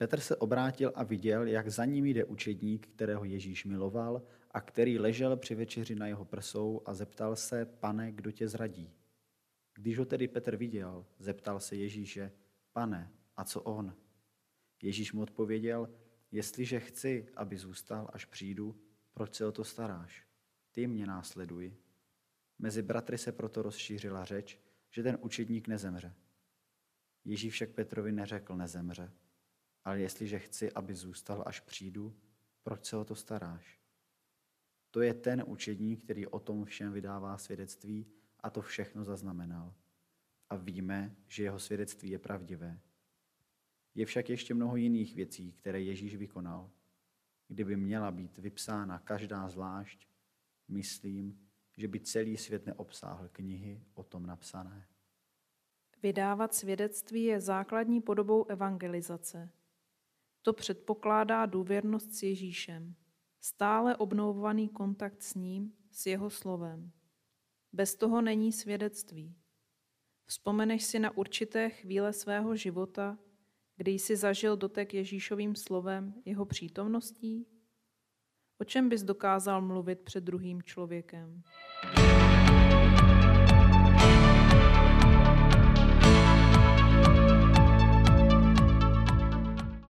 Petr se obrátil a viděl, jak za ním jde učedník, kterého Ježíš miloval a který ležel při večeři na jeho prsou a zeptal se: Pane, kdo tě zradí? Když ho tedy Petr viděl, zeptal se Ježíše: Pane, a co on? Ježíš mu odpověděl: Jestliže chci, aby zůstal, až přijdu, proč se o to staráš? Ty mě následuj. Mezi bratry se proto rozšířila řeč, že ten učedník nezemře. Ježíš však Petrovi neřekl: nezemře, ale jestliže chci, aby zůstal, až přijdu, proč se o to staráš? To je ten učedník, který o tom všem vydává svědectví a to všechno zaznamenal. A víme, že jeho svědectví je pravdivé. Je však ještě mnoho jiných věcí, které Ježíš vykonal. Kdyby měla být vypsána každá zvlášť, myslím, že by celý svět neobsáhl knihy o tom napsané. Vydávat svědectví je základní podobou evangelizace. To předpokládá důvěrnost s Ježíšem, stále obnovovaný kontakt s ním, s jeho slovem. Bez toho není svědectví. Vzpomeneš si na určité chvíle svého života, kdy jsi zažil dotek Ježíšovým slovem, jeho přítomností? O čem bys dokázal mluvit před druhým člověkem?